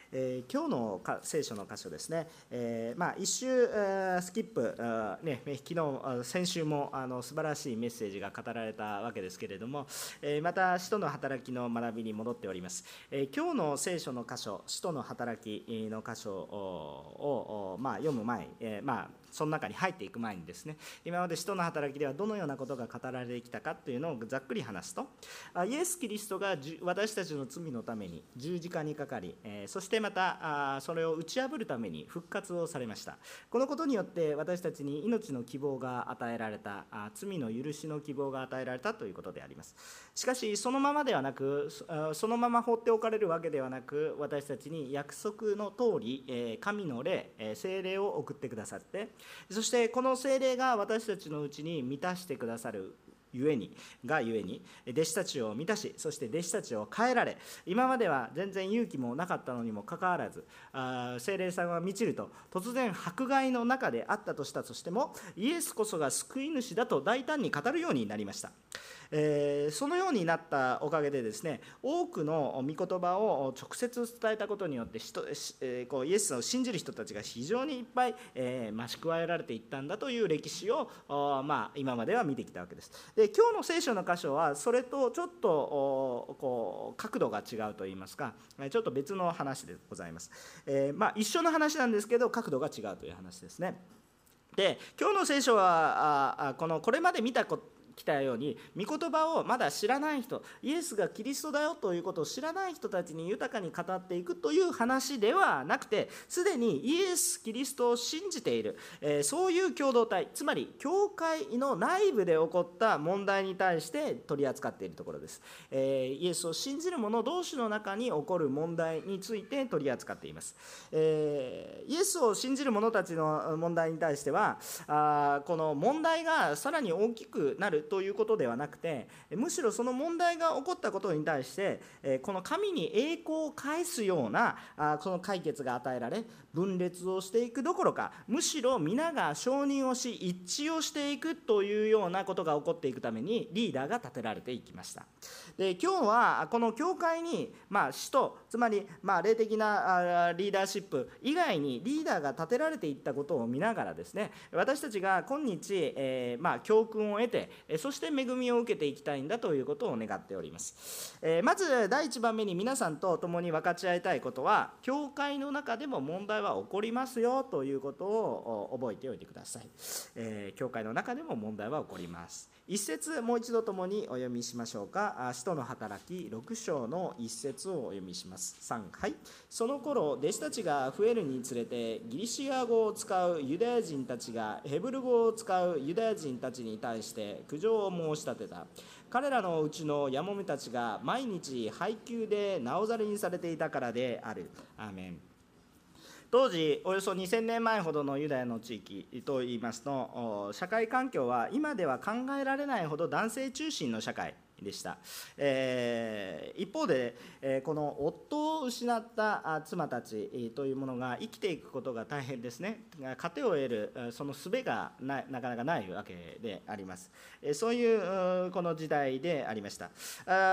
今日の聖書の箇所ですね、一周スキップ、先週も素晴らしいメッセージが語られたわけですけれども、また使徒の働きの学びに戻っております。今日の聖書の箇所、使徒の働きの箇所を読む前、その中に入っていく前にですね、今まで使徒の働きではどのようなことが語られてきたかというのをざっくり話すと、イエス・キリストが私たちの罪のために十字架にかかり、そしてまたそれを打ち破るために復活をされました。このことによって私たちに命の希望が与えられた、罪の許しの希望が与えられたということであります。しかしそのままではなく、そのまま放っておかれるわけではなく、私たちに約束の通り神の霊、聖霊を送ってくださって、そしてこの聖霊が私たちのうちに満たしてくださるゆえに弟子たちを満たし、そして弟子たちを変えられ、今までは全然勇気もなかったのにもかかわらず、聖霊さんは満ちると突然迫害の中であったとしたとしても、イエスこそが救い主だと大胆に語るようになりました。そのようになったおかげでですね、多くの御言葉を直接伝えたことによって、イエスを信じる人たちが非常にいっぱい増し加えられていったんだという歴史を今までは見てきたわけです。で、今日の聖書の箇所はそれとちょっと角度が違うといいますか、ちょっと別の話でございます。一緒の話なんですけど角度が違うという話ですね。で、今日の聖書はこれまで見た来たように、御言葉をまだ知らない人、イエスがキリストだよということを知らない人たちに豊かに語っていくという話ではなくて、すでにイエス・キリストを信じている、そういう共同体、つまり教会の内部で起こった問題に対して取り扱っているところです。イエスを信じる者同士の中に起こる問題について取り扱っています。イエスを信じる者たちの問題に対しては、この問題がさらに大きくなるということではなくて、むしろその問題が起こったことに対してこの神に栄光を返すようなその解決が与えられ、分裂をしていくどころか、むしろ皆が承認をし一致をしていくというようなことが起こっていくためにリーダーが立てられていきました。で、今日はこの教会に使徒、つまり霊的なリーダーシップ以外にリーダーが立てられていったことを見ながらですね、私たちが今日教訓を得て、そして恵みを受けていきたいんだということを願っております。まず第一番目に皆さんと共に分かち合いたいことは、教会の中でも問題は起こりますよということを覚えておいてください。教会の中でも問題は起こります。一節もう一度共にお読みしましょうか。使徒の働き6章の一節をお読みします。3、はい。その頃弟子たちが増えるにつれて、ギリシア語を使うユダヤ人たちがヘブル語を使うユダヤ人たちに対して苦情を申し立てた。彼らのうちのやもめたちが毎日配給でなおざりにされていたからである。アーメン。当時およそ2000年前ほどのユダヤの地域といいますと、社会環境は今では考えられないほど男性中心の社会でした。一方でこの夫を失った妻たちというものが生きていくことが大変ですね。糧を得るその術がなかなかないわけであります。そういうこの時代でありました。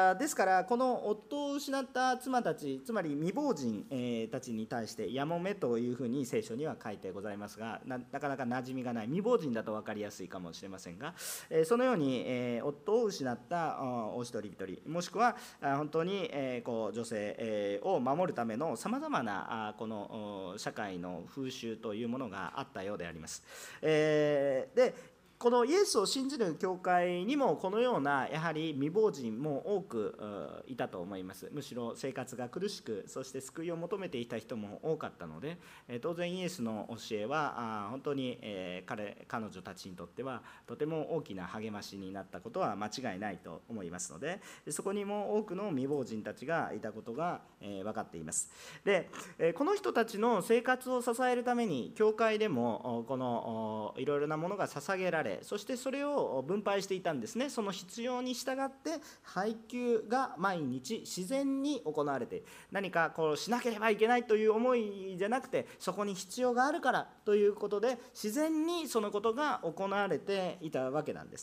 ですからこの夫を失った妻たち、つまり未亡人たちに対してやもめというふうに聖書には書いてございますが、なかなか馴染みがない。未亡人だと分かりやすいかもしれませんが、そのように夫を失ったお一人一人、もしくは本当に女性を守るためのさまざまなこの社会の風習というものがあったようであります。で、このイエスを信じる教会にもこのようなやはり未亡人も多くいたと思います。むしろ生活が苦しく、そして救いを求めていた人も多かったので、当然イエスの教えは本当に彼女たちにとってはとても大きな励ましになったことは間違いないと思いますので、そこにも多くの未亡人たちがいたことが分かっています。で、この人たちの生活を支えるために教会でもこのいろいろなものが捧げられ、そしてそれを分配していたんですね。その必要に従って配給が毎日自然に行われている。何かしなければいけないという思いじゃなくて、そこに必要があるからということで自然にそのことが行われていたわけなんですね。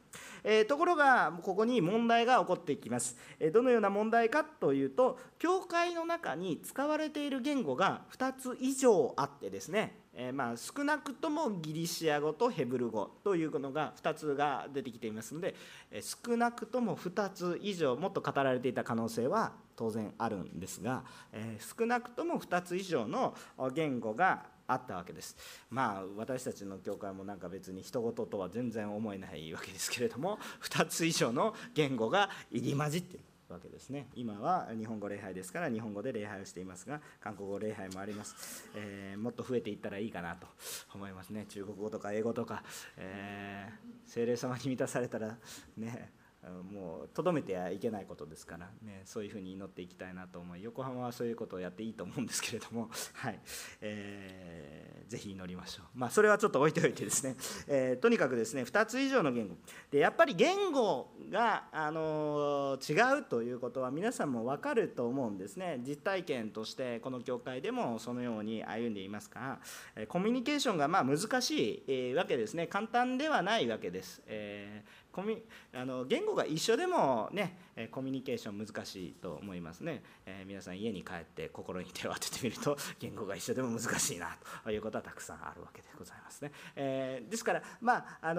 ところがここに問題が起こってきます。どのような問題かというと、教会の中に使われている言語が2つ以上あってですね、少なくともギリシア語とヘブル語というのが2つが出てきていますので、少なくとも2つ以上もっと語られていた可能性は当然あるんですが、少なくとも2つ以上の言語があったわけです。私たちの教会もなんか別に人事とは全然思えないわけですけれども、2つ以上の言語が入り混じっているわけですね。今は日本語礼拝ですから日本語で礼拝をしていますが、韓国語礼拝もあります。もっと増えていったらいいかなと思いますね。中国語とか英語とか、聖霊様に満たされたらね、もうとどめてはいけないことですからね、そういうふうに祈っていきたいなと思い、横浜はそういうことをやっていいと思うんですけれども、はい、ぜひ祈りましょう。それはちょっと置いておいてですね、とにかくですね、2つ以上の言語で、やっぱり言語が、違うということは皆さんも分かると思うんですね。実体験としてこの教会でもそのように歩んでいますから、コミュニケーションが難しいわけですね。簡単ではないわけです。言語が一緒でもね、コミュニケーション難しいと思いますね。皆さん家に帰って心に手を当ててみると、言語が一緒でも難しいなということはたくさんあるわけでございますね。ですから、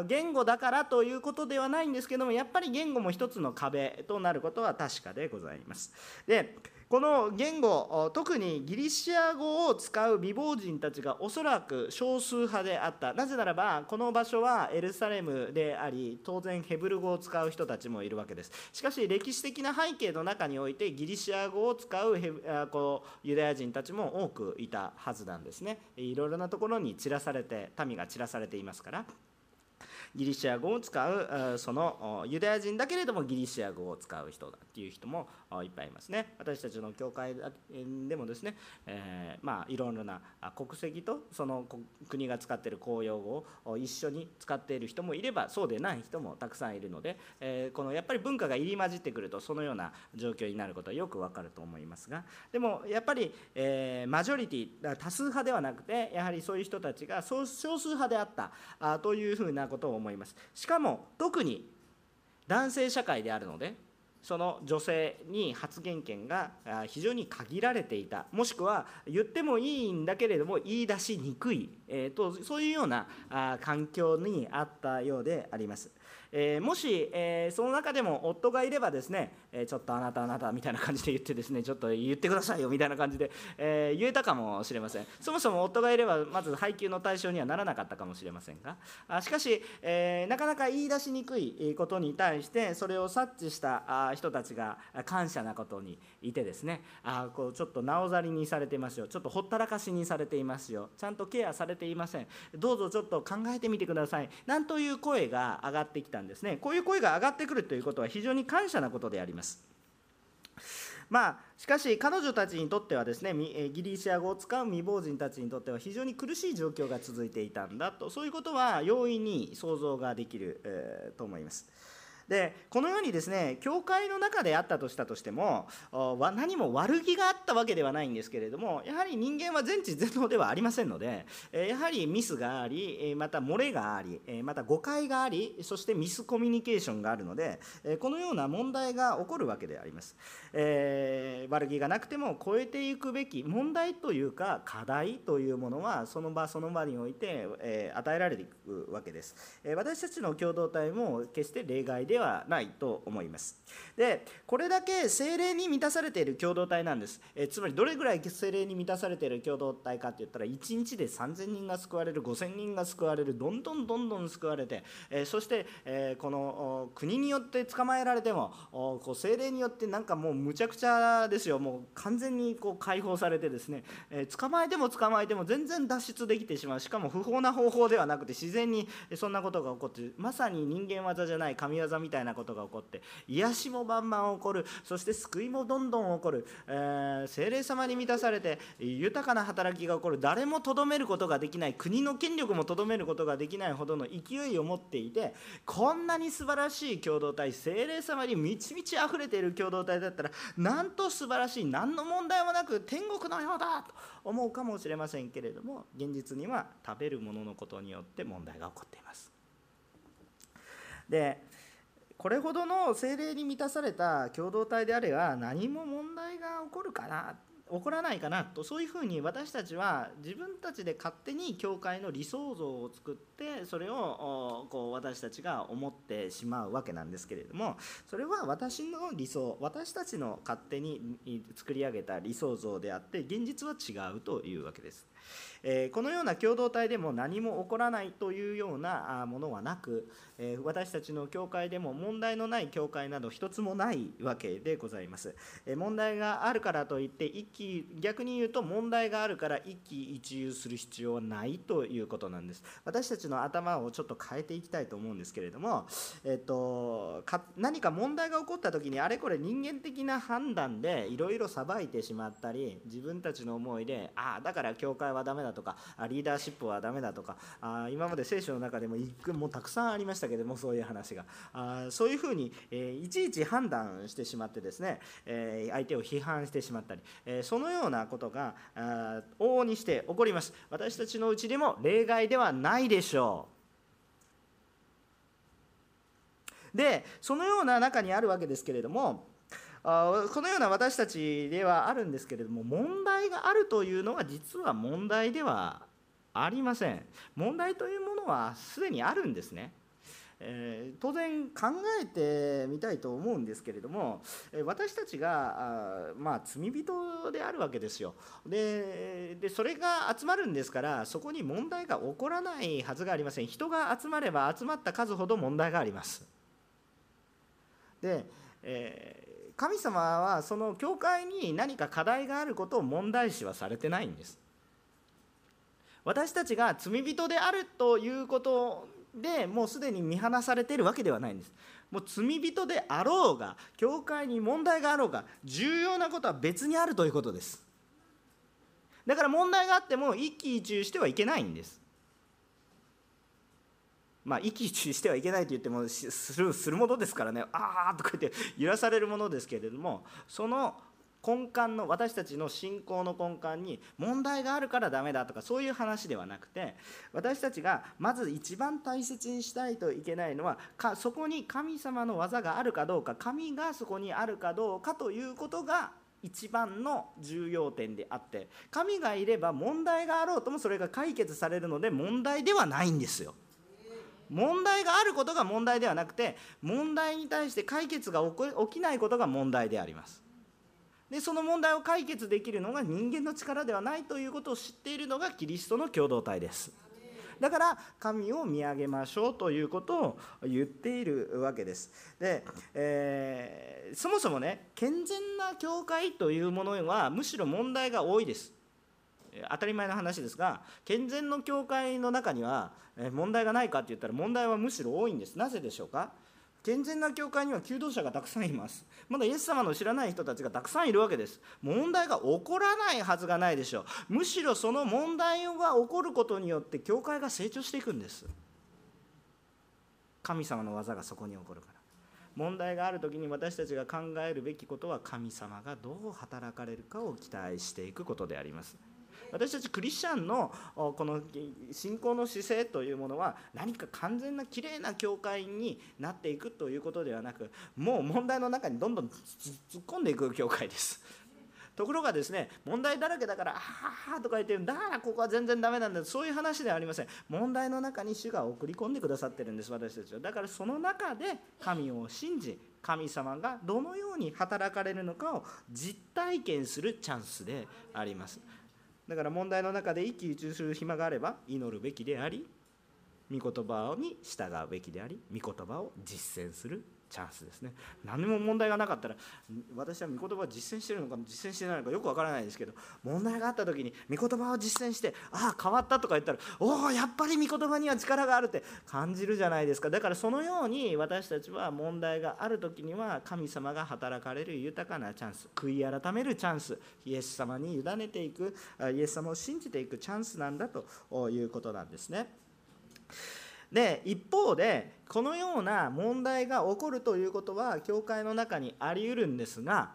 言語だからということではないんですけども、やっぱり言語も一つの壁となることは確かでございます。でこの言語、特にギリシア語を使う未亡人たちがおそらく少数派であった。なぜならばこの場所はエルサレムであり、当然ヘブル語を使う人たちもいるわけです。しかし歴史的な背景の中においてギリシア語を使うユダヤ人たちも多くいたはずなんですね。いろいろなところに民が散らされていますから、ギリシア語を使うそのユダヤ人だけれどもギリシア語を使う人だっていう人もいっぱいいますね。私たちの教会でもですね、いろいろな国籍とその国が使っている公用語を一緒に使っている人もいれば、そうでない人もたくさんいるので、やっぱり文化が入り混じってくるとそのような状況になることはよくわかると思いますが、でもやっぱり、マジョリティ、多数派ではなくて、やはりそういう人たちが少数派であったというふうなことを思います。しかも特に男性社会であるので、その女性に発言権が非常に限られていた、もしくは言ってもいいんだけれども言い出しにくい、そういうような環境にあったようであります。もし、その中でも夫がいればですね、ちょっとあなたみたいな感じで言ってですね、ちょっと言ってくださいよみたいな感じで、言えたかもしれません。そもそも夫がいればまず配給の対象にはならなかったかもしれませんが、しかし、なかなか言い出しにくいことに対してそれを察知した人たちが感謝なことにいてですね、ちょっとなおざりにされていますよ、ちょっとほったらかしにされていますよ、ちゃんとケアされていません、どうぞちょっと考えてみてください、なんという声が上がってきたんですね。こういう声が上がってくるということは非常に感謝なことであります。しかし彼女たちにとってはですね、ギリシア語を使う未亡人たちにとっては非常に苦しい状況が続いていたんだと、そういうことは容易に想像ができる、と思います。でこのようにですね、教会の中であったとしたとしても何も悪気があったわけではないんですけれども、やはり人間は全知全能ではありませんので、やはりミスがあり、また漏れがあり、また誤解があり、そしてミスコミュニケーションがあるので、このような問題が起こるわけであります。悪気がなくても超えていくべき問題というか課題というものはその場その場において、与えられていくわけです。私たちの共同体も決して例外ではないと思います。でこれだけ聖霊に満たされている共同体なんです。つまりどれぐらい聖霊に満たされている共同体かっていったら、1日で3000人が救われる、5000人が救われる、どんどん救われて、そして、この国によって捕まえられても聖霊によってなんかもうむちゃくちゃですよ、もう完全に解放されてですね、捕まえても全然脱出できてしまう。しかも不法な方法ではなくて自然にそんなことが起こって、まさに人間技じゃない神業みたいなことが起こって、癒しもバンバン起こる、そして救いもどんどん起こる、聖霊様に満たされて豊かな働きが起こる、誰もとどめることができない、国の権力もとどめることができないほどの勢いを持っていて、こんなに素晴らしい共同体、聖霊様に満ち満ち溢れている共同体だったらなんと素晴らしい、何の問題もなく天国のようだと思うかもしれませんけれども、現実には食べるもののことによって問題が起こっています。でこれほどの聖霊に満たされた共同体であれば何も問題が起こるかな、起こらないかなと、そういうふうに私たちは自分たちで勝手に教会の理想像を作って、それをこう私たちが思ってしまうわけなんですけれども、それは私の理想、私たちの勝手に作り上げた理想像であって、現実は違うというわけです。このような共同体でも何も起こらないというようなものはなく、私たちの教会でも問題のない教会など一つもないわけでございます。問題があるからといって逆に言うと、問題があるから一喜一憂する必要はないということなんです。私たちの頭をちょっと変えていきたいと思うんですけれども、何か問題が起こった時にあれこれ人間的な判断でいろいろ裁いてしまったり、自分たちの思いでだから教会はダメだとか、リーダーシップはダメだとか、今まで聖書の中でももうたくさんありましたけれども、そういう話がそういうふうに、いちいち判断してしまってですね、相手を批判してしまったり、そのようなことが往々にして起こります。私たちのうちでも例外ではないでしょう。でそのような中にあるわけですけれども、このような私たちではあるんですけれども、問題があるというのは実は問題ではありません。問題というものはすでにあるんですね。当然考えてみたいと思うんですけれども、私たちが罪人であるわけですよ。でそれが集まるんですから、そこに問題が起こらないはずがありません。人が集まれば集まった数ほど問題があります。で、神様はその教会に何か課題があることを問題視はされてないんです。私たちが罪人であるということでもうすでに見放されているわけではないんです。もう罪人であろうが、教会に問題があろうが、重要なことは別にあるということです。だから問題があっても一喜一憂してはいけないんです。一喜一憂してはいけないと言ってもするものですからね、とか言って揺らされるものですけれども、その根幹の、私たちの信仰の根幹に問題があるからダメだとか、そういう話ではなくて、私たちがまず一番大切にしたいといけないのは、そこに神様の技があるかどうか、神がそこにあるかどうかということが一番の重要点であって、神がいれば問題があろうともそれが解決されるので問題ではないんですよ。問題があることが問題ではなくて、問題に対して解決が起きないことが問題であります。でその問題を解決できるのが人間の力ではないということを知っているのがキリストの共同体です。だから神を見上げましょうということを言っているわけです。で、そもそもね、健全な教会というものはむしろ問題が多いです。当たり前の話ですが、健全の教会の中には問題がないかって言ったら、問題はむしろ多いんです。なぜでしょうか。健全な教会には求道者がたくさんいます。まだイエス様の知らない人たちがたくさんいるわけです。問題が起こらないはずがないでしょう。むしろその問題が起こることによって教会が成長していくんです。神様の技がそこに起こるから。問題があるときに私たちが考えるべきことは、神様がどう働かれるかを期待していくことであります。私たちクリスチャンのこの信仰の姿勢というものは、何か完全なきれいな教会になっていくということではなく、もう問題の中にどんどん突っ込んでいく教会です。ところがですね、問題だらけだからとか言って、だからここは全然ダメなんだ、そういう話ではありません。問題の中に主が送り込んでくださってるんです、私たちは。だからその中で神を信じ、神様がどのように働かれるのかを実体験するチャンスであります。だから問題の中で一喜一憂する暇があれば祈るべきであり、御言葉に従うべきであり、御言葉を実践するチャンスですね。何も問題がなかったら、私は御言葉を実践しているのか実践していないのかよくわからないですけど、問題があった時に御言葉を実践して、変わったとか言ったら、やっぱり御言葉には力があるって感じるじゃないですか。だからそのように私たちは問題がある時には神様が働かれる豊かなチャンス、悔い改めるチャンス、イエス様に委ねていく、イエス様を信じていくチャンスなんだということなんですね。で一方で、このような問題が起こるということは教会の中にあり得るんですが、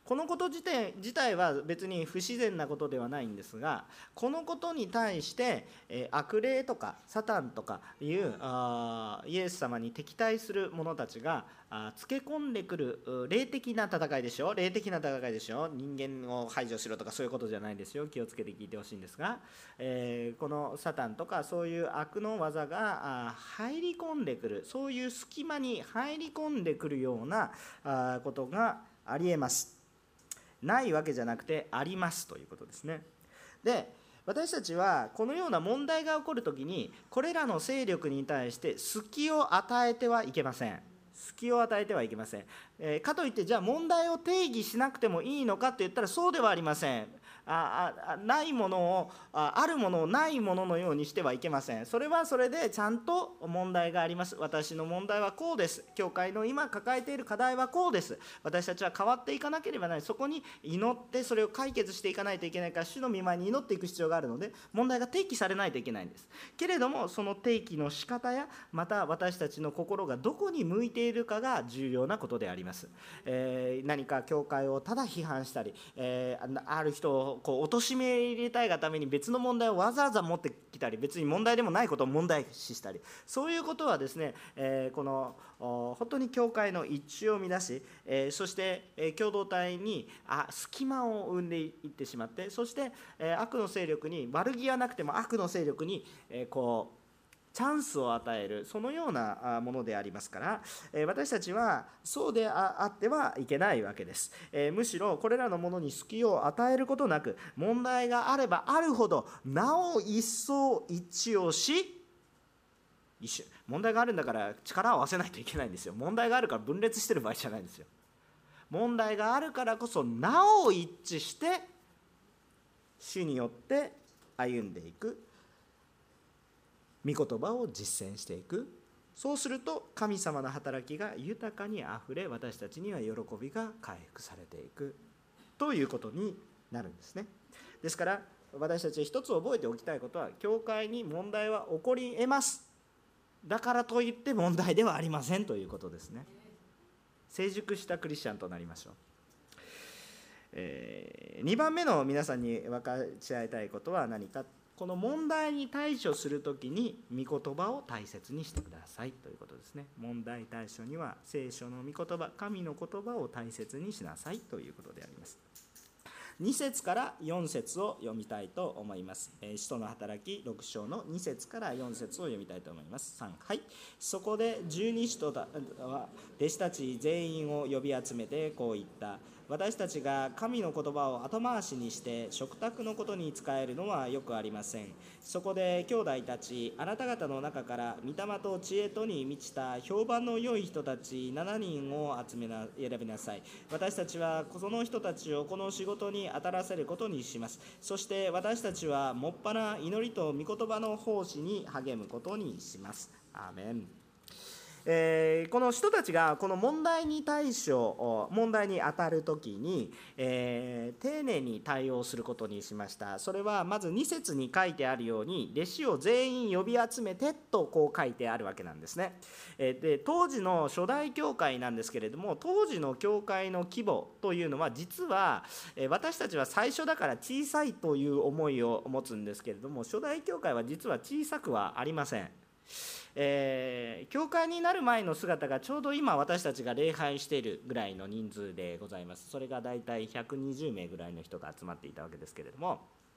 このこと自体は別に不自然なことではないんですが、このことに対して悪霊とかサタンとかいうイエス様に敵対する者たちがつけ込んでくる霊的な戦いでしょ。霊的な戦いでしょ。人間を排除しろとかそういうことじゃないですよ。気をつけて聞いてほしいんですが、このサタンとかそういう悪の技が入り込んでくる、そういう隙間に入り込んでくるようなことがありえます。ないわけじゃなくてありますということですね。で、私たちはこのような問題が起こるときに、これらの勢力に対して隙を与えてはいけません。隙を与えてはいけません。かといってじゃあ問題を定義しなくてもいいのかって言ったらそうではありません。ないものをあるものをないもののようにしてはいけません。それはそれでちゃんと問題があります。私の問題はこうです。教会の今抱えている課題はこうです。私たちは変わっていかなければならない。そこに祈ってそれを解決していかないといけないから、主の御前に祈っていく必要があるので、問題が提起されないといけないんです。けれどもその提起の仕方や、また私たちの心がどこに向いているかが重要なことであります。何か教会をただ批判したり、ある人を貶め入れたいがために別の問題をわざわざ持ってきたり、別に問題でもないことを問題視したり、そういうことはですね、この本当に教会の一致を乱し、そして共同体に隙間を生んでいってしまって、そして悪の勢力に、悪気はなくても悪の勢力にチャンスを与える、そのようなものでありますから、私たちはそうであってはいけないわけです。むしろこれらのものに隙を与えることなく、問題があればあるほどなお一層一致をし、問題があるんだから力を合わせないといけないんですよ。問題があるから分裂してる場合じゃないんですよ。問題があるからこそなお一致して主によって歩んでいく、御言葉を実践していく。そうすると神様の働きが豊かにあふれ、私たちには喜びが回復されていくということになるんですね。ですから私たち一つ覚えておきたいことは、教会に問題は起こり得ます。だからといって問題ではありませんということですね。成熟したクリスチャンとなりましょう。2番目の皆さんに分かち合いたいことは何か。この問題に対処するときに御言葉を大切にしてくださいということですね。問題対処には聖書の御言葉、神の言葉を大切にしなさいということであります。2節から4節を読みたいと思います。使徒の働き6章の2節から4節を読みたいと思います。3、はい。そこで十二使徒は弟子たち全員を呼び集めてこう言った。私たちが神の言葉を後回しにして食卓のことに使えるのはよくありません。そこで兄弟たち、あなた方の中から御霊と知恵とに満ちた評判の良い人たち7人を選びなさい。私たちはその人たちをこの仕事に当たらせることにします。そして私たちはもっぱら祈りと御言葉の奉仕に励むことにします。アーメン。この人たちがこの問題に問題に当たるときに、丁寧に対応することにしました。それはまず2節に書いてあるように、弟子を全員呼び集めてとこう書いてあるわけなんですね。で当時の初代教会なんですけれども、当時の教会の規模というのは実は私たちは最初だから小さいという思いを持つんですけれども、初代教会は実は小さくはありません。教会になる前の姿がちょうど今私たちが礼拝しているぐらいの人数でございます。それがだいたい120名ぐらいの人が集まっていたわけですけれども、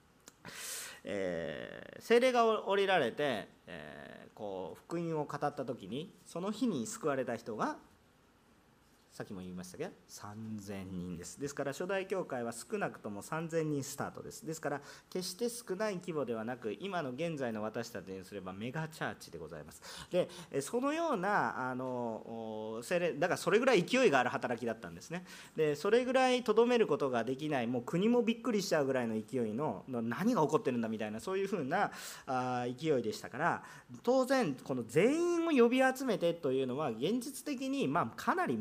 聖霊が降りられて、福音を語った時に、その日に救われた人がさっきも言いましたけど3000人です。ですから初代教会は少なくとも3000人スタートです。ですから決して少ない規模ではなく、今の現在の私たちにすればメガチャーチでございます。でそのような聖霊だから、それぐらい勢いがある働きだったんですね。でそれぐらいとどめることができない、もう国もびっくりしちゃうぐらいの勢いの何が起こってるんだみたいな、そういうふうな勢いでしたから、当然この全員を呼び集めてというのは現実的にかなり難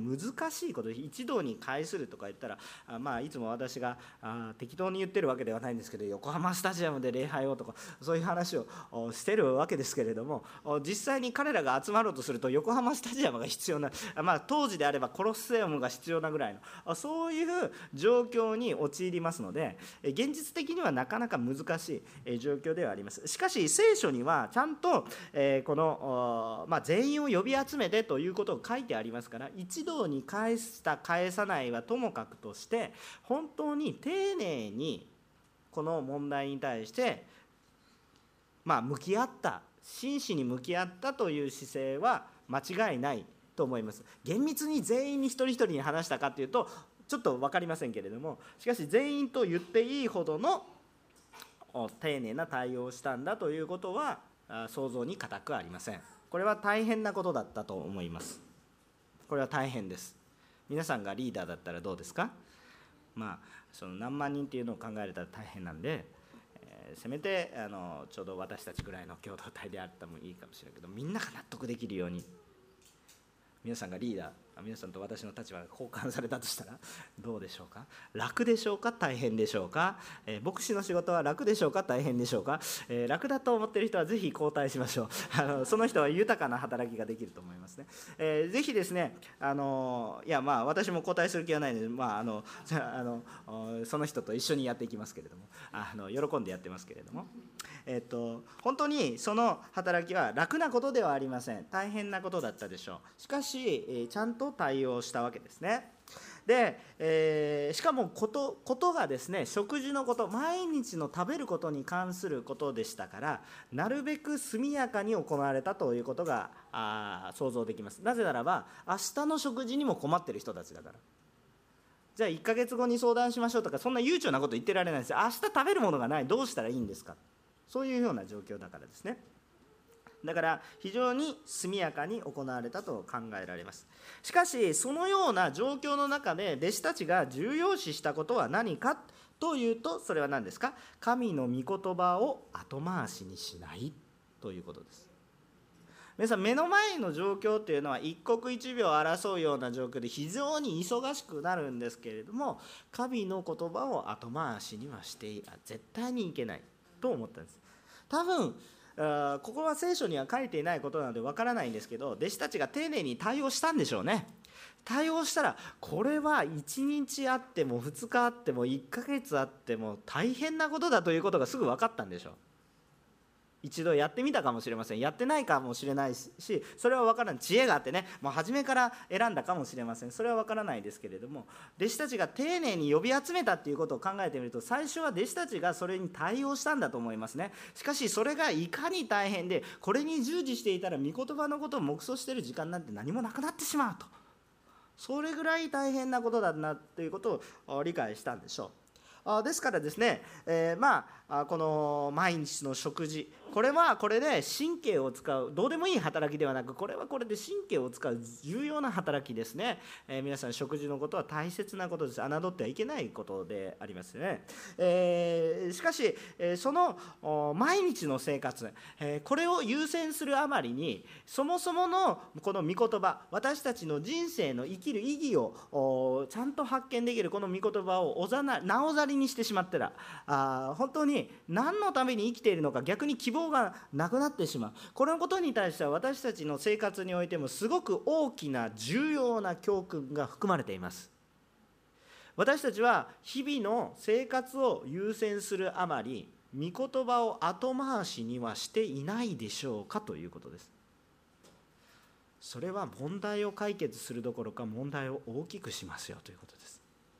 しいことで、一堂に会するとか言ったらいつも私が適当に言ってるわけではないんですけど、横浜スタジアムで礼拝をとかそういう話をしてるわけですけれども、実際に彼らが集まろうとすると横浜スタジアムが必要な、当時であればコロッセオムが必要なぐらいのそういう状況に陥りますので、現実的にはなかなか難しい状況ではあります。しかし聖書にはちゃんとこの全員を呼び集めてということを書いてありますから、一堂に会した返さないはともかくとして、本当に丁寧にこの問題に対して向き合った、真摯に向き合ったという姿勢は間違いないと思います。厳密に全員に一人一人に話したかというとちょっと分かりませんけれども、しかし全員と言っていいほどの丁寧な対応をしたんだということは想像に難くありません。これは大変なことだったと思います。これは大変です。皆さんがリーダーだったらどうですか？その何万人っていうのを考えたら大変なんで、せめてちょうど私たちぐらいの共同体であってもいいかもしれないけど、みんなが納得できるように、皆さんがリーダー、皆さんと私の立場が交換されたとしたらどうでしょうか？楽でしょうか？大変でしょうか？牧師の仕事は楽でしょうか？大変でしょうか？楽だと思っている人はぜひ交代しましょう。その人は豊かな働きができると思いますね。ぜひですね、私も交代する気はないので、その人と一緒にやっていきますけれども、喜んでやってますけれども、本当にその働きは楽なことではありません。大変なことだったでしょう。しかしちゃんと対応したわけですね。で、しかもことがですね、食事のこと、毎日の食べることに関することでしたから、なるべく速やかに行われたということが想像できます。なぜならば明日の食事にも困っている人たちだから。じゃあ1ヶ月後に相談しましょうとか、そんな悠長なこと言ってられないですよ。明日食べるものがない、どうしたらいいんですか？そういうような状況だからですね。だから非常に速やかに行われたと考えられます。しかしそのような状況の中で弟子たちが重要視したことは何かというと、それは何ですか？神の御言葉を後回しにしないということです。皆さん、目の前の状況というのは一刻一秒争うような状況で非常に忙しくなるんですけれども、神の言葉を後回しにはして絶対にいけないと思ったんです。多分ここは聖書には書いていないことなのでわからないんですけど、弟子たちが丁寧に対応したんでしょうね。対応したら、これは1日あっても2日あっても1ヶ月あっても大変なことだということがすぐ分かったんでしょう。一度やってみたかもしれません。やってないかもしれないし、それは分からない。知恵があってね、もう初めから選んだかもしれません。それは分からないですけれども、弟子たちが丁寧に呼び集めたっていうことを考えてみると、最初は弟子たちがそれに対応したんだと思いますね。しかしそれがいかに大変で、これに従事していたら御言葉のことを黙想している時間なんて何もなくなってしまうと、それぐらい大変なことだなということを理解したんでしょう。ですからですね、この毎日の食事、これはこれで神経を使う、どうでもいい働きではなく、これはこれで神経を使う重要な働きですね。皆さん、食事のことは大切なことです。侮ってはいけないことでありますね。しかしその毎日の生活、これを優先するあまりに、そもそものこの御言葉、私たちの人生の生きる意義をちゃんと発見できるこの御言葉をなおざりにしてしまったら、本当に何のために生きているのか、逆に希望がなくなってしまう。このことに対しては私たちの生活においてもすごく大きな重要な教訓が含まれています。私たちは日々の生活を優先するあまり、御言葉を後回しにはしていないでしょうかということです。それは問題を解決するどころか問題を大きくしますよということです。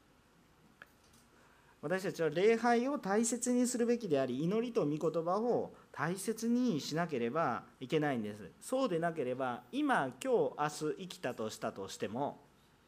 私たちは礼拝を大切にするべきであり、祈りと御言葉を大切にしなければいけないんです。そうでなければ、今、今日、明日生きたとしたとしても、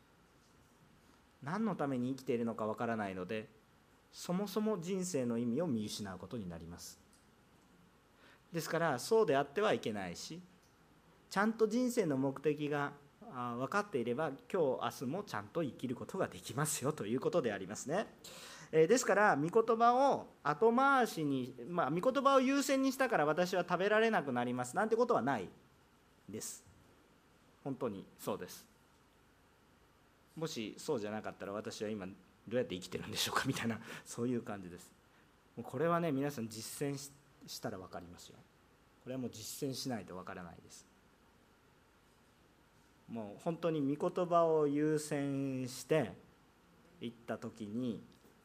何のために生きているのかわからないので、そもそも人生の意味を見失うことになります。ですから、そうであってはいけないし、ちゃんと人生の目的が分かっていれば、今日、明日もちゃんと生きることができますよということでありますね。ですから御言葉を後回しに、御言葉を優先にしたから私は食べられなくなりますなんてことはないです。本当にそうです。 もしそうじゃなかったら私は今どうやって生きてるんでしょうかみたいな、そういう感じです。もうこれはね、皆さん実践したら分かりますよ。これはもう実践しないと分からないです。もう本当に御言葉を優先していった時に、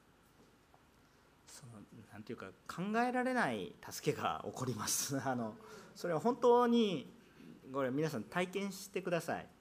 なんていうか考えられない助けが起こりますそれは本当にこれ皆さん体験してください。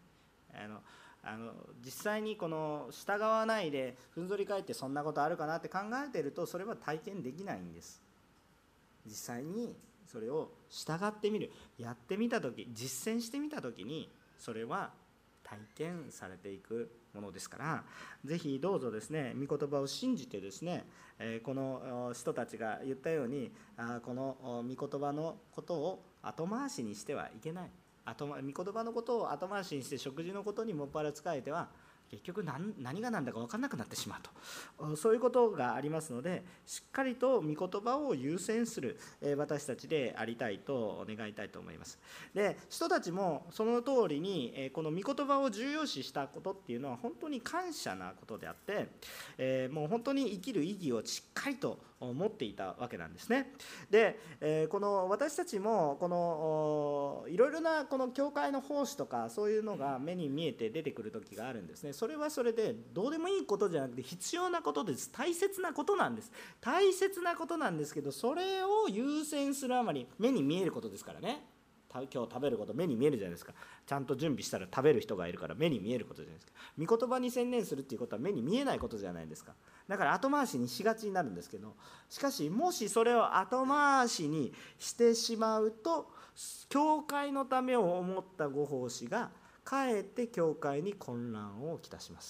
実際にこの従わないでふんぞり返ってそんなことあるかなって考えていると、それは体験できないんです。実際にそれを従ってみる、やってみた時、実践してみた時にそれは体験されていくものですから、ぜひどうぞですね、御言葉を信じてですね、この人たちが言ったように、この御言葉のことを後回しにしてはいけない。御言葉のことを後回しにして食事のことにもっぱら仕えては結局何が何だか分からなくなってしまうと、そういうことがありますので、しっかりと御言葉を優先する私たちでありたいと願いたいと思います。で、人たちもその通りにこの御言葉を重要視したことっていうのは本当に感謝なことであって、もう本当に生きる意義をしっかりと持っていたわけなんですね。で、この私たちもこのいろいろなこの教会の奉仕とかそういうのが目に見えて出てくる時があるんですね。それはそれでどうでもいいことじゃなくて必要なことです。大切なことなんです。大切なことなんですけど、それを優先するあまり、目に見えることですからね。今日食べること目に見えるじゃないですか。ちゃんと準備したら食べる人がいるから目に見えることじゃないですか。御言葉に専念するっていうことは目に見えないことじゃないですか。だから後回しにしがちになるんですけど、しかしもしそれを後回しにしてしまうと、教会のためを思ったご奉仕がかえって教会に混乱をきたします。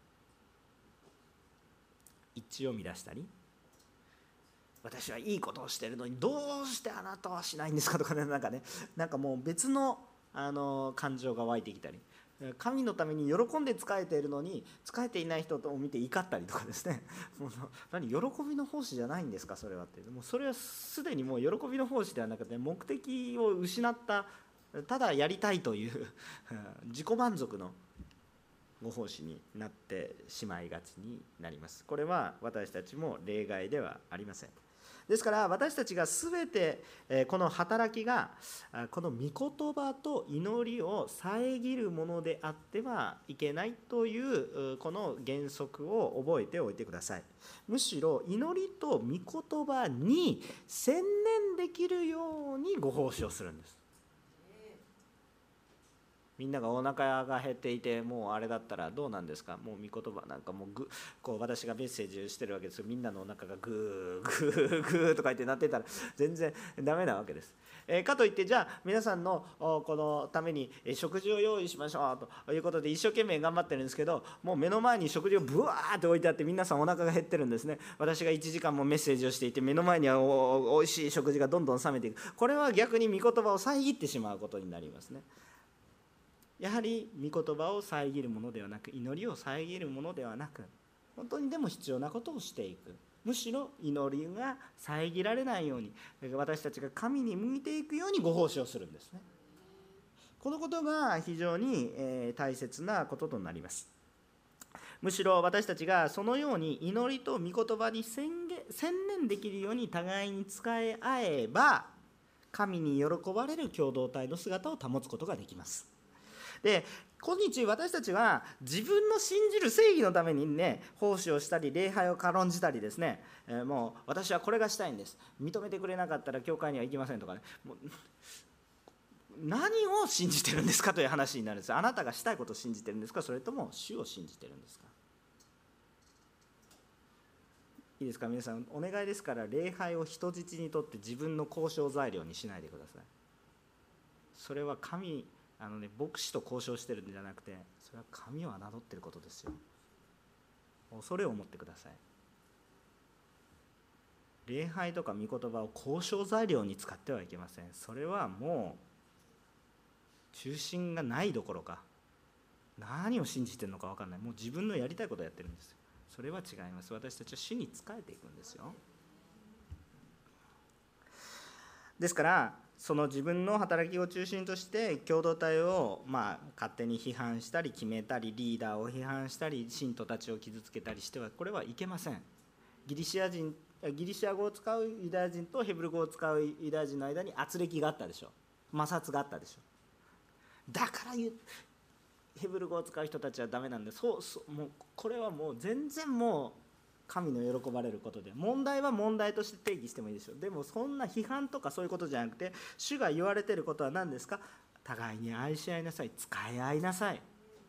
一致を乱したり、私はいいことをしているのにどうしてあなたはしないんですかとかね、なんかもう別の感情が湧いてきたり、神のために喜んで仕えているのに仕えていない人を見て怒ったりとかですね、もう何、喜びの奉仕じゃないんですかそれはって、もうそれはすでにもう喜びの奉仕ではなくて目的を失った、ただやりたいという自己満足のご奉仕になってしまいがちになります。これは私たちも例外ではありません。ですから私たちが全てこの働きがこの御言葉と祈りを遮るものであってはいけないというこの原則を覚えておいてください。むしろ祈りと御言葉に専念できるようにご奉仕をするんです。みんながお腹が減っていて、もうあれだったらどうなんですか。もう御言葉なんかもうこう私がメッセージしてるわけですよ。みんなのお腹がグーグーグーとか言ってなってたら全然ダメなわけです。かといってじゃあ皆さんのこのために食事を用意しましょうということで一生懸命頑張ってるんですけど、もう目の前に食事をブワーって置いてあって皆さんお腹が減ってるんですね。私が1時間もメッセージをしていて目の前にはおいしい食事がどんどん冷めていく。これは逆に御言葉を遮ってしまうことになりますね。やはり御言葉を遮るものではなく、祈りを遮るものではなく、本当にでも必要なことをしていく。むしろ祈りが遮られないように、私たちが神に向いていくようにご奉仕をするんですね。このことが非常に大切なこととなります。むしろ私たちがそのように祈りと御言葉に専念できるように互いに仕え合えば、神に喜ばれる共同体の姿を保つことができます。で、今日私たちは自分の信じる正義のためにね、奉仕をしたり礼拝を軽んじたりですね、もう私はこれがしたいんです、認めてくれなかったら教会には行きませんとかね、もう何を信じてるんですかという話になるんです。あなたがしたいことを信じてるんですか、それとも主を信じてるんですか。いいですか皆さん、お願いですから礼拝を人質にとって自分の交渉材料にしないでください。それは牧師と交渉してるんじゃなくて、それは神を侮っていることですよ。恐れを持ってください。礼拝とか御言葉を交渉材料に使ってはいけません。それはもう中心がないどころか、何を信じてるのか分からない、もう自分のやりたいことをやってるんですよ。それは違います。私たちは主に仕えていくんですよ。ですからその自分の働きを中心として共同体を勝手に批判したり決めたり、リーダーを批判したり、信徒たちを傷つけたりしてはこれはいけません。ギリシア語を使うユダヤ人とヘブル語を使うユダヤ人の間に軋轢があったでしょ、摩擦があったでしょ。だからヘブル語を使う人たちはダメなんで、もうこれはもう全然もう神の喜ばれることで、問題は問題として定義してもいいでしょう。でもそんな批判とかそういうことじゃなくて、主が言われていることは何ですか？互いに愛し合いなさい、使い合いなさい。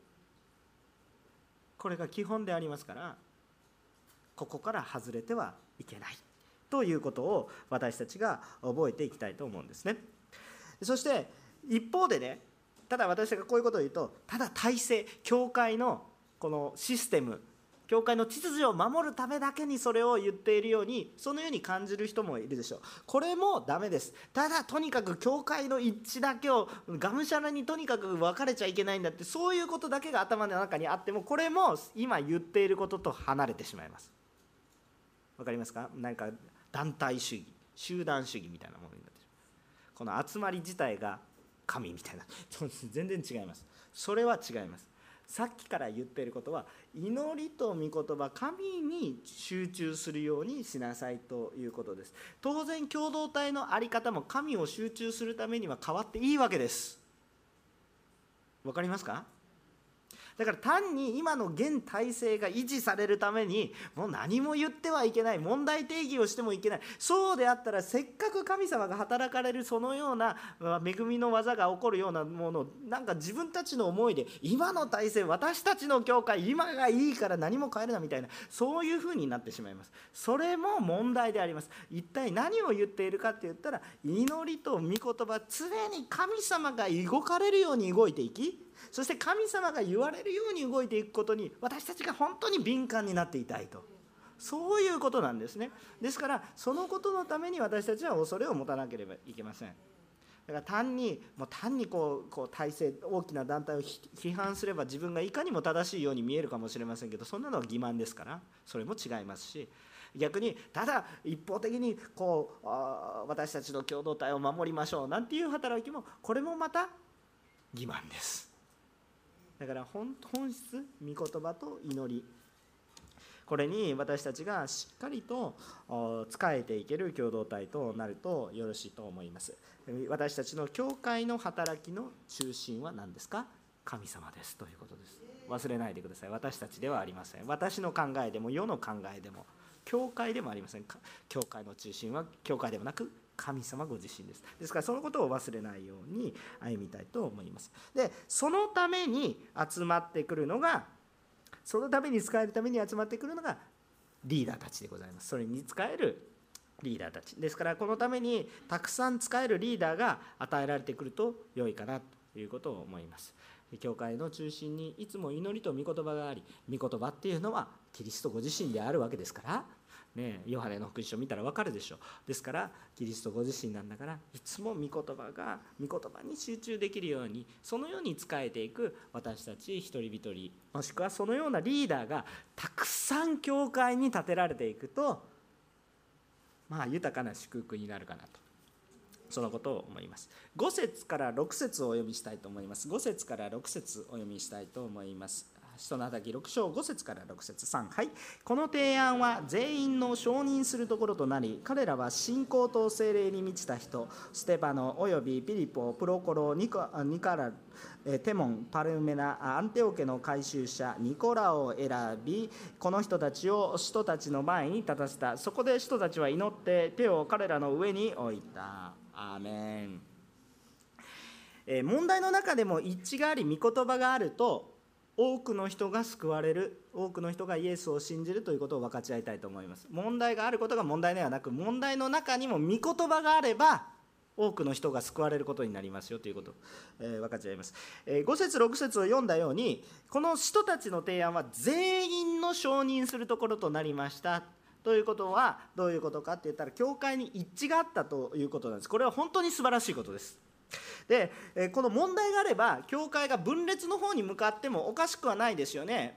これが基本でありますから、ここから外れてはいけないということを私たちが覚えていきたいと思うんですね。そして一方でね、ただ私がこういうことを言うと、ただ体制、教会のこのシステム、教会の秩序を守るためだけにそれを言っているように、そのように感じる人もいるでしょう。これもダメです。ただとにかく教会の一致だけをがむしゃらにとにかく分かれちゃいけないんだって、そういうことだけが頭の中にあっても、これも今言っていることと離れてしまいます。わかりますか？なんか団体主義、集団主義みたいなものになってしまう。この集まり自体が神みたいな全然違います。それは違います。さっきから言っていることは、祈りと御言葉、神に集中するようにしなさいということです。当然共同体の在り方も神を集中するためには変わっていいわけです。わかりますか？だから単に今の現体制が維持されるためにもう何も言ってはいけない、問題定義をしてもいけない。そうであったら、せっかく神様が働かれるそのような恵みの技が起こるようなものを、なんか自分たちの思いで今の体制、私たちの教会今がいいから何も変えるなみたいな、そういうふうになってしまいます。それも問題であります。一体何を言っているかって言ったら、祈りと御言葉、常に神様が動かれるように動いていき、そして神様が言われるように動いていくことに私たちが本当に敏感になっていたいと、そういうことなんですね。ですからそのことのために私たちは恐れを持たなければいけません。だから単にこう体制、大きな団体を批判すれば自分がいかにも正しいように見えるかもしれませんけど、そんなのは欺瞞ですから、それも違いますし、逆にただ一方的に私たちの共同体を守りましょうなんていう働きも、これもまた欺瞞です。だから本質、御言葉と祈り、これに私たちがしっかりと仕えていける共同体となるとよろしいと思います。私たちの教会の働きの中心は何ですか？神様ですということです。忘れないでください。私たちではありません。私の考えでも世の考えでも教会でもありません。教会の中心は教会でもなく神様ご自身です。ですからそのことを忘れないように歩みたいと思います。で、そのために集まってくるのが、そのために使えるために集まってくるのがリーダーたちでございます。それに使えるリーダーたちですから、このためにたくさん使えるリーダーが与えられてくると良いかなということを思います。教会の中心にいつも祈りと御言葉があり、御言葉っていうのはキリストご自身であるわけですからね、ヨハネの福音書を見たら分かるでしょう。ですからキリストご自身なんだから、いつも御言葉に集中できるように、そのように仕えていく私たち一人一人、もしくはそのようなリーダーがたくさん教会に立てられていくと、豊かな祝福になるかなと、そのことを思います。5節から6節をお読みしたいと思います。5節から6節お読みしたいと思います。使徒の働き6章5節から6節3、はい。この提案は全員の承認するところとなり、彼らは信仰と聖霊に満ちた人、ステパノおよびピリポ、プロコロ、ニカラ、テモン、パルメナ、アンテオケの改宗者ニコラを選び、この人たちを使徒たちの前に立たせた。そこで使徒たちは祈って手を彼らの上に置いた。アーメン。問題の中でも一致があり、御言葉があると多くの人が救われる、多くの人がイエスを信じるということを分かち合いたいと思います。問題があることが問題ではなく、問題の中にも御言葉があれば多くの人が救われることになりますよということを、分かち合います。5節6節を読んだように、この使徒たちの提案は全員の承認するところとなりましたということはどういうことかって言ったら、教会に一致があったということなんです。これは本当に素晴らしいことです。で、この問題があれば教会が分裂の方に向かってもおかしくはないですよね。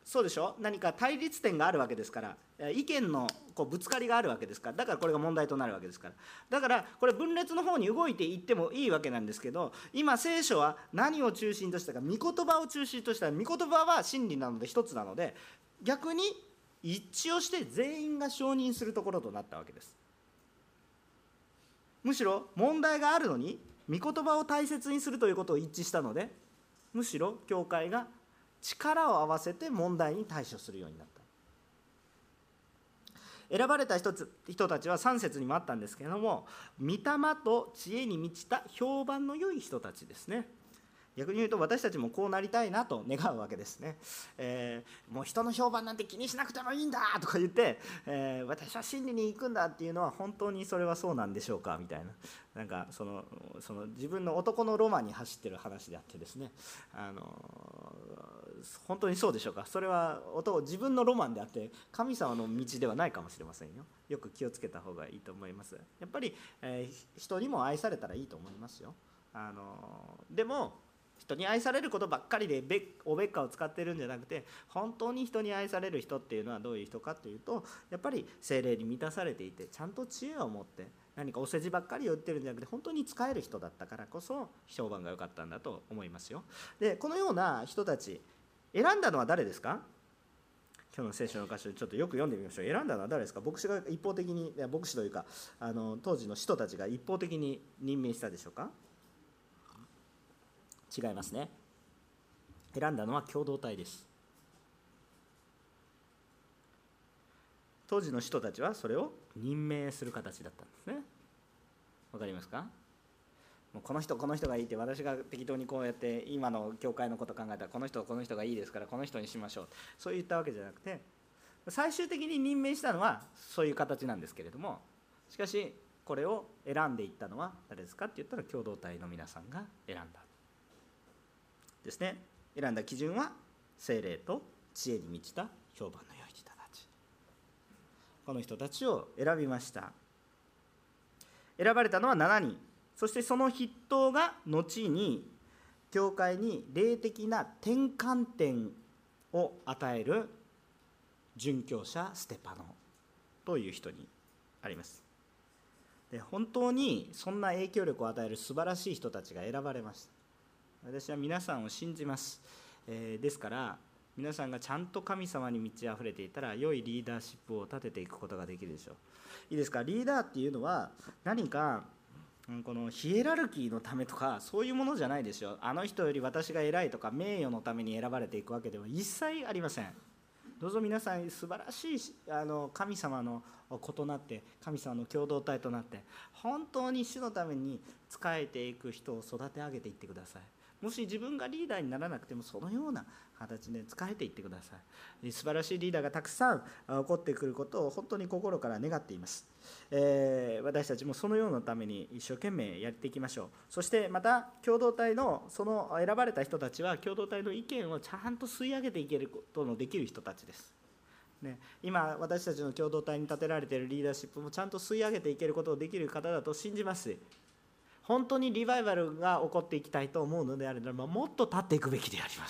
そうでしょ、何か対立点があるわけですから、意見のぶつかりがあるわけですから、だからこれが問題となるわけですから、だからこれ分裂の方に動いていってもいいわけなんですけど、今聖書は何を中心としたか、御言葉を中心とした、御言葉は真理なので一つなので、逆に一致をして全員が承認するところとなったわけです。むしろ問題があるのに御言葉を大切にするということを一致したので、むしろ教会が力を合わせて問題に対処するようになった。選ばれた人たちは3節にもあったんですけれども、御霊と知恵に満ちた評判の良い人たちですね。逆に言うと私たちもこうなりたいなと願うわけですね。もう人の評判なんて気にしなくてもいいんだとか言って、私は真理に行くんだっていうのは本当にそれはそうなんでしょうかみたいな、なんかその自分の男のロマンに走ってる話であってですね、本当にそうでしょうか。それは自分のロマンであって神様の道ではないかもしれませんよ。よく気をつけた方がいいと思います。やっぱり、人にも愛されたらいいと思いますよ。でも人に愛されることばっかりでおべっかを使ってるんじゃなくて、本当に人に愛される人っていうのはどういう人かっていうと、やっぱり聖霊に満たされていて、ちゃんと知恵を持って、何かお世辞ばっかり言ってるんじゃなくて本当に使える人だったからこそ評判が良かったんだと思いますよ。でこのような人たち選んだのは誰ですか。今日の聖書の箇所ちょっとよく読んでみましょう。選んだのは誰ですか。牧師が一方的に、牧師というか当時の使徒たちが一方的に任命したでしょうか。違いますね。選んだのは共同体です。当時の使徒たちはそれを任命する形だったんですね。わかりますか。もうこの人がいいって、私が適当にこうやって今の教会のこと考えたらこの人がいいですからこの人にしましょう、そう言ったわけじゃなくて、最終的に任命したのはそういう形なんですけれども、しかしこれを選んでいったのは誰ですかって言ったら、共同体の皆さんが選んだですね。選んだ基準は聖霊と知恵に満ちた評判の良い人たち、この人たちを選びました。選ばれたのは7人、そしてその筆頭が後に教会に霊的な転換点を与える殉教者ステパノという人にあります。で本当にそんな影響力を与える素晴らしい人たちが選ばれました。私は皆さんを信じます。ですから皆さんがちゃんと神様に満ち溢れていたら、良いリーダーシップを立てていくことができるでしょう。いいですか。リーダーっていうのは何かこのヒエラルキーのためとかそういうものじゃないですよ。あの人より私が偉いとか名誉のために選ばれていくわけでは一切ありません。どうぞ皆さん素晴らしい神様の子となって、神様の共同体となって、本当に主のために仕えていく人を育て上げていってください。もし自分がリーダーにならなくてもそのような形で仕えていってください。素晴らしいリーダーがたくさん起こってくることを本当に心から願っています。私たちもそのようなために一生懸命やっていきましょう。そしてまた共同体のその選ばれた人たちは共同体の意見をちゃんと吸い上げていけることのできる人たちです。今私たちの共同体に立てられているリーダーシップもちゃんと吸い上げていけることができる方だと信じます。本当にリバイバルが起こっていきたいと思うのであれば、もっと立っていくべきであります。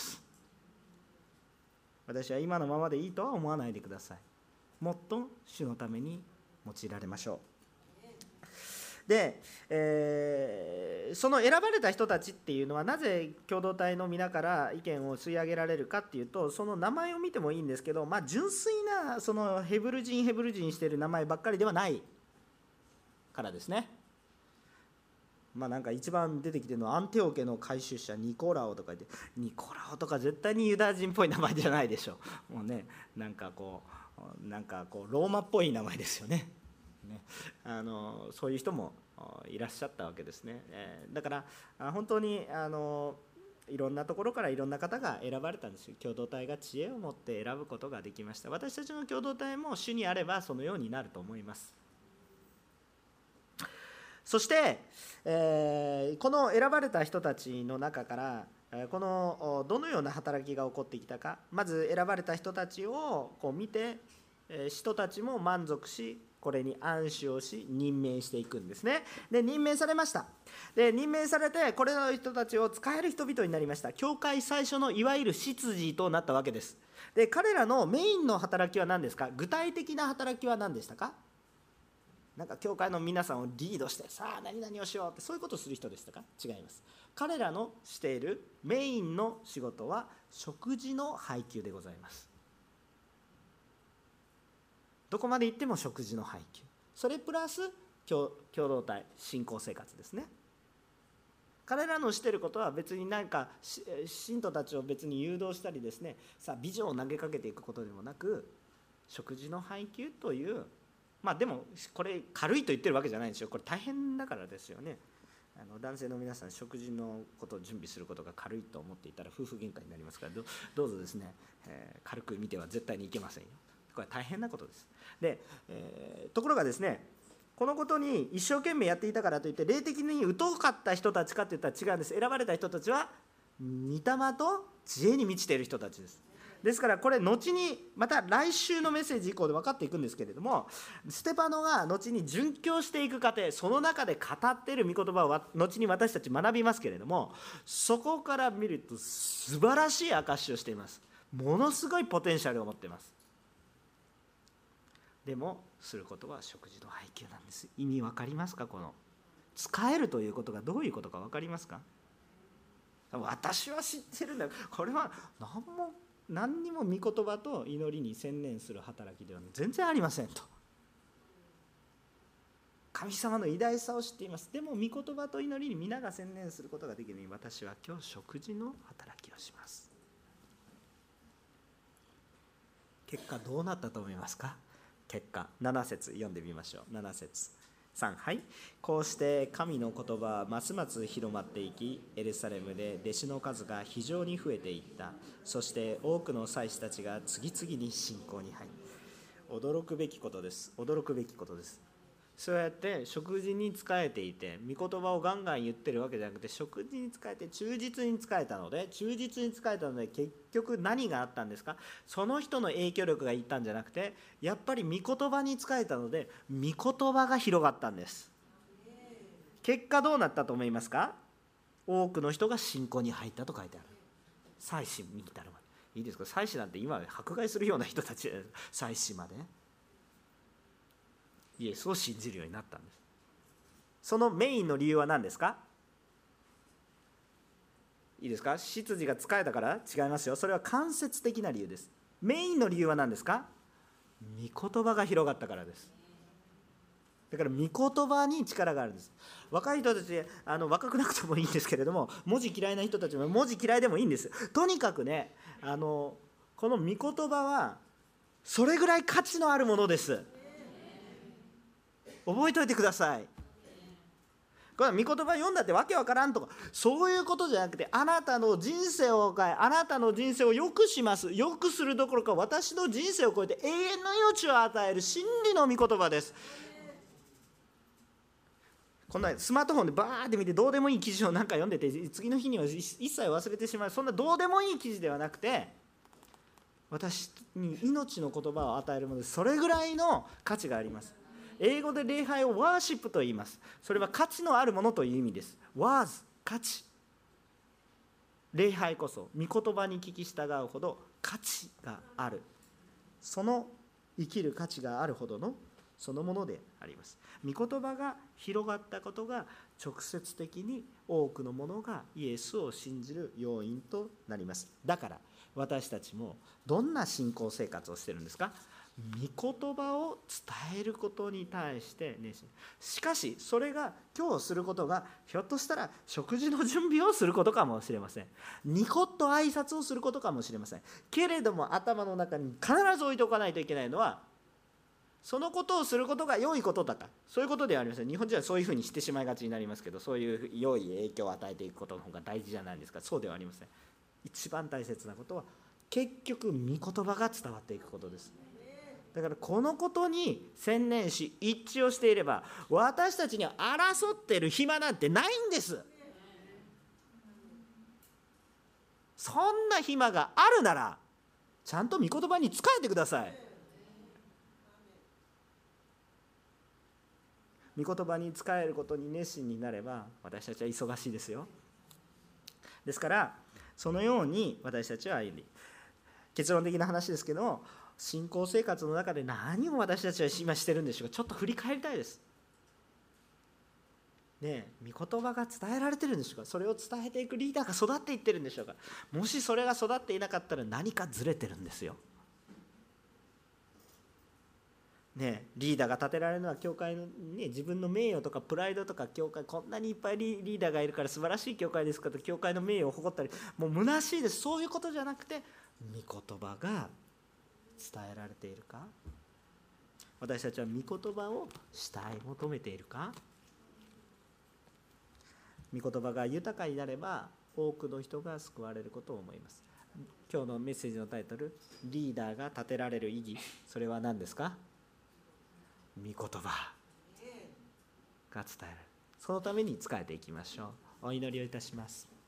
私は今のままでいいとは思わないでください。もっと主のために用いられましょう。で、その選ばれた人たちっていうのはなぜ共同体の皆から意見を吸い上げられるかっていうと、その名前を見てもいいんですけど、純粋なそのヘブル人している名前ばっかりではないからですね。なんか一番出てきてるのはアンテオ家の改宗者ニコラオとか言って、ニコラオとか絶対にユダヤ人っぽい名前じゃないでしょ。もうね、なんかこうローマっぽい名前ですよね。そういう人もいらっしゃったわけですね。だから本当にいろんなところからいろんな方が選ばれたんですよ。共同体が知恵を持って選ぶことができました。私たちの共同体も主にあればそのようになると思います。そして、この選ばれた人たちの中からこのどのような働きが起こってきたか、まず選ばれた人たちをこう見て、 人たちも満足し、これに安心をし任命していくんですね。で、任命されました。で、任命されて、これらの人たちを使える人々になりました。教会最初のいわゆる執事となったわけです。で、彼らのメインの働きは何ですか？具体的な働きは何でしたか？なんか教会の皆さんをリードして、さあ何々をしようって、そういうことをする人でしたか？違います。彼らのしているメインの仕事は食事の配給でございます。どこまで行っても食事の配給、それプラス共同体信仰生活ですね。彼らのしていることは別になんか信徒たちを別に誘導したりですね、さあビジョンを投げかけていくことでもなく、食事の配給という、でもこれ軽いと言ってるわけじゃないんですよ。これ大変だからですよね。男性の皆さん、食事のことを準備することが軽いと思っていたら夫婦喧嘩になりますから、どうぞですね、軽く見ては絶対にいけませんよ。これは大変なことです。で、ところがですね、このことに一生懸命やっていたからといって霊的に疎かった人たちかといったら違うんです。選ばれた人たちは御霊と知恵に満ちている人たちです。ですからこれ後にまた来週のメッセージ以降で分かっていくんですけれども、ステパノが後に殉教していく過程、その中で語っている御言葉を後に私たち学びますけれども、そこから見ると素晴らしい証しをしています。ものすごいポテンシャルを持っています。でもすることは食事の配給なんです。意味分かりますか？この使えるということがどういうことか分かりますか？私は知ってるんだよ。これは何にも御言葉と祈りに専念する働きでは全然ありませんと。神様の偉大さを知っています。でも御言葉と祈りに皆が専念することができるように、私は今日食事の働きをします。結果どうなったと思いますか？結果7節読んでみましょう。7節3、はい。こうして神の言葉はますます広まっていき、エルサレムで弟子の数が非常に増えていった。そして多くの祭司たちが次々に信仰に入る。驚くべきことです。驚くべきことです。そうやって食事に仕えていて、御言葉をガンガン言ってるわけじゃなくて、食事に仕えて忠実に仕えたので、結局何があったんですか？その人の影響力がいったんじゃなくて、やっぱり御言葉に仕えたので、御言葉が広がったんです。結果どうなったと思いますか？多くの人が信仰に入ったと書いてある。祭司に至るまで。いいですか？祭司なんて今迫害するような人たちで、祭司までイエスを信じるようになったんです。そのメインの理由は何ですか？いいですか？執事が仕えたから？違いますよ。それは間接的な理由です。メインの理由は何ですか？御言葉が広がったからです。だから御言葉に力があるんです。若い人たち、若くなくてもいいんですけれども、文字嫌いな人たちも文字嫌いでもいいんです。とにかくね、この御言葉はそれぐらい価値のあるものです。覚えておいてください。これは御言葉読んだってわけわからんとか、そういうことじゃなくて、あなたの人生を変え、あなたの人生を良くします。良くするどころか、私の人生を超えて永遠の命を与える真理の御言葉です。こんなスマートフォンでバーって見てどうでもいい記事をなんか読んでて、次の日には一切忘れてしまう、そんなどうでもいい記事ではなくて、私に命の言葉を与えるものです。それぐらいの価値があります。英語で礼拝をワーシップと言います。それは価値のあるものという意味です。ワーズ、価値。礼拝こそ御言葉に聞き従うほど価値がある。その生きる価値があるほどのそのものであります。御言葉が広がったことが直接的に多くの者がイエスを信じる要因となります。だから私たちもどんな信仰生活をしているんですか？御言葉を伝えることに対して熱心。しかしそれが今日することがひょっとしたら食事の準備をすることかもしれません。ニコッと挨拶をすることかもしれません。けれども頭の中に必ず置いておかないといけないのは、そのことをすることが良いことだか、そういうことではありません。日本人はそういうふうにしてしまいがちになりますけど、そういう良い影響を与えていくことの方が大事じゃないですか。そうではありません。一番大切なことは結局御言葉が伝わっていくことです。だからこのことに専念し一致をしていれば、私たちには争っている暇なんてないんです。そんな暇があるならちゃんと御言葉に仕えてください。 御言葉に仕えることに熱心になれば、私たちは忙しいですよ。ですからそのように私たちは歩んでいる。結論的な話ですけど、信仰生活の中で何を私たちは今してるんでしょうか。ちょっと振り返りたいです。ねえ、御言葉が伝えられてるんでしょうか。それを伝えていくリーダーが育っていってるんでしょうか。もしそれが育っていなかったら何かずれてるんですよ。ね、リーダーが立てられるのは教会の、ね、自分の名誉とかプライドとか、教会こんなにいっぱいリーダーがいるから素晴らしい教会ですからと教会の名誉を誇ったり、もう虚しいです。そういうことじゃなくて、御言葉が伝えられているか。私たちは御言葉を慕い求めているか。御言葉が豊かになれば多くの人が救われることを思います。今日のメッセージのタイトル、リーダーが立てられる意義、それは何ですか。御言葉が伝えられる。そのために仕えていきましょう。お祈りをいたします。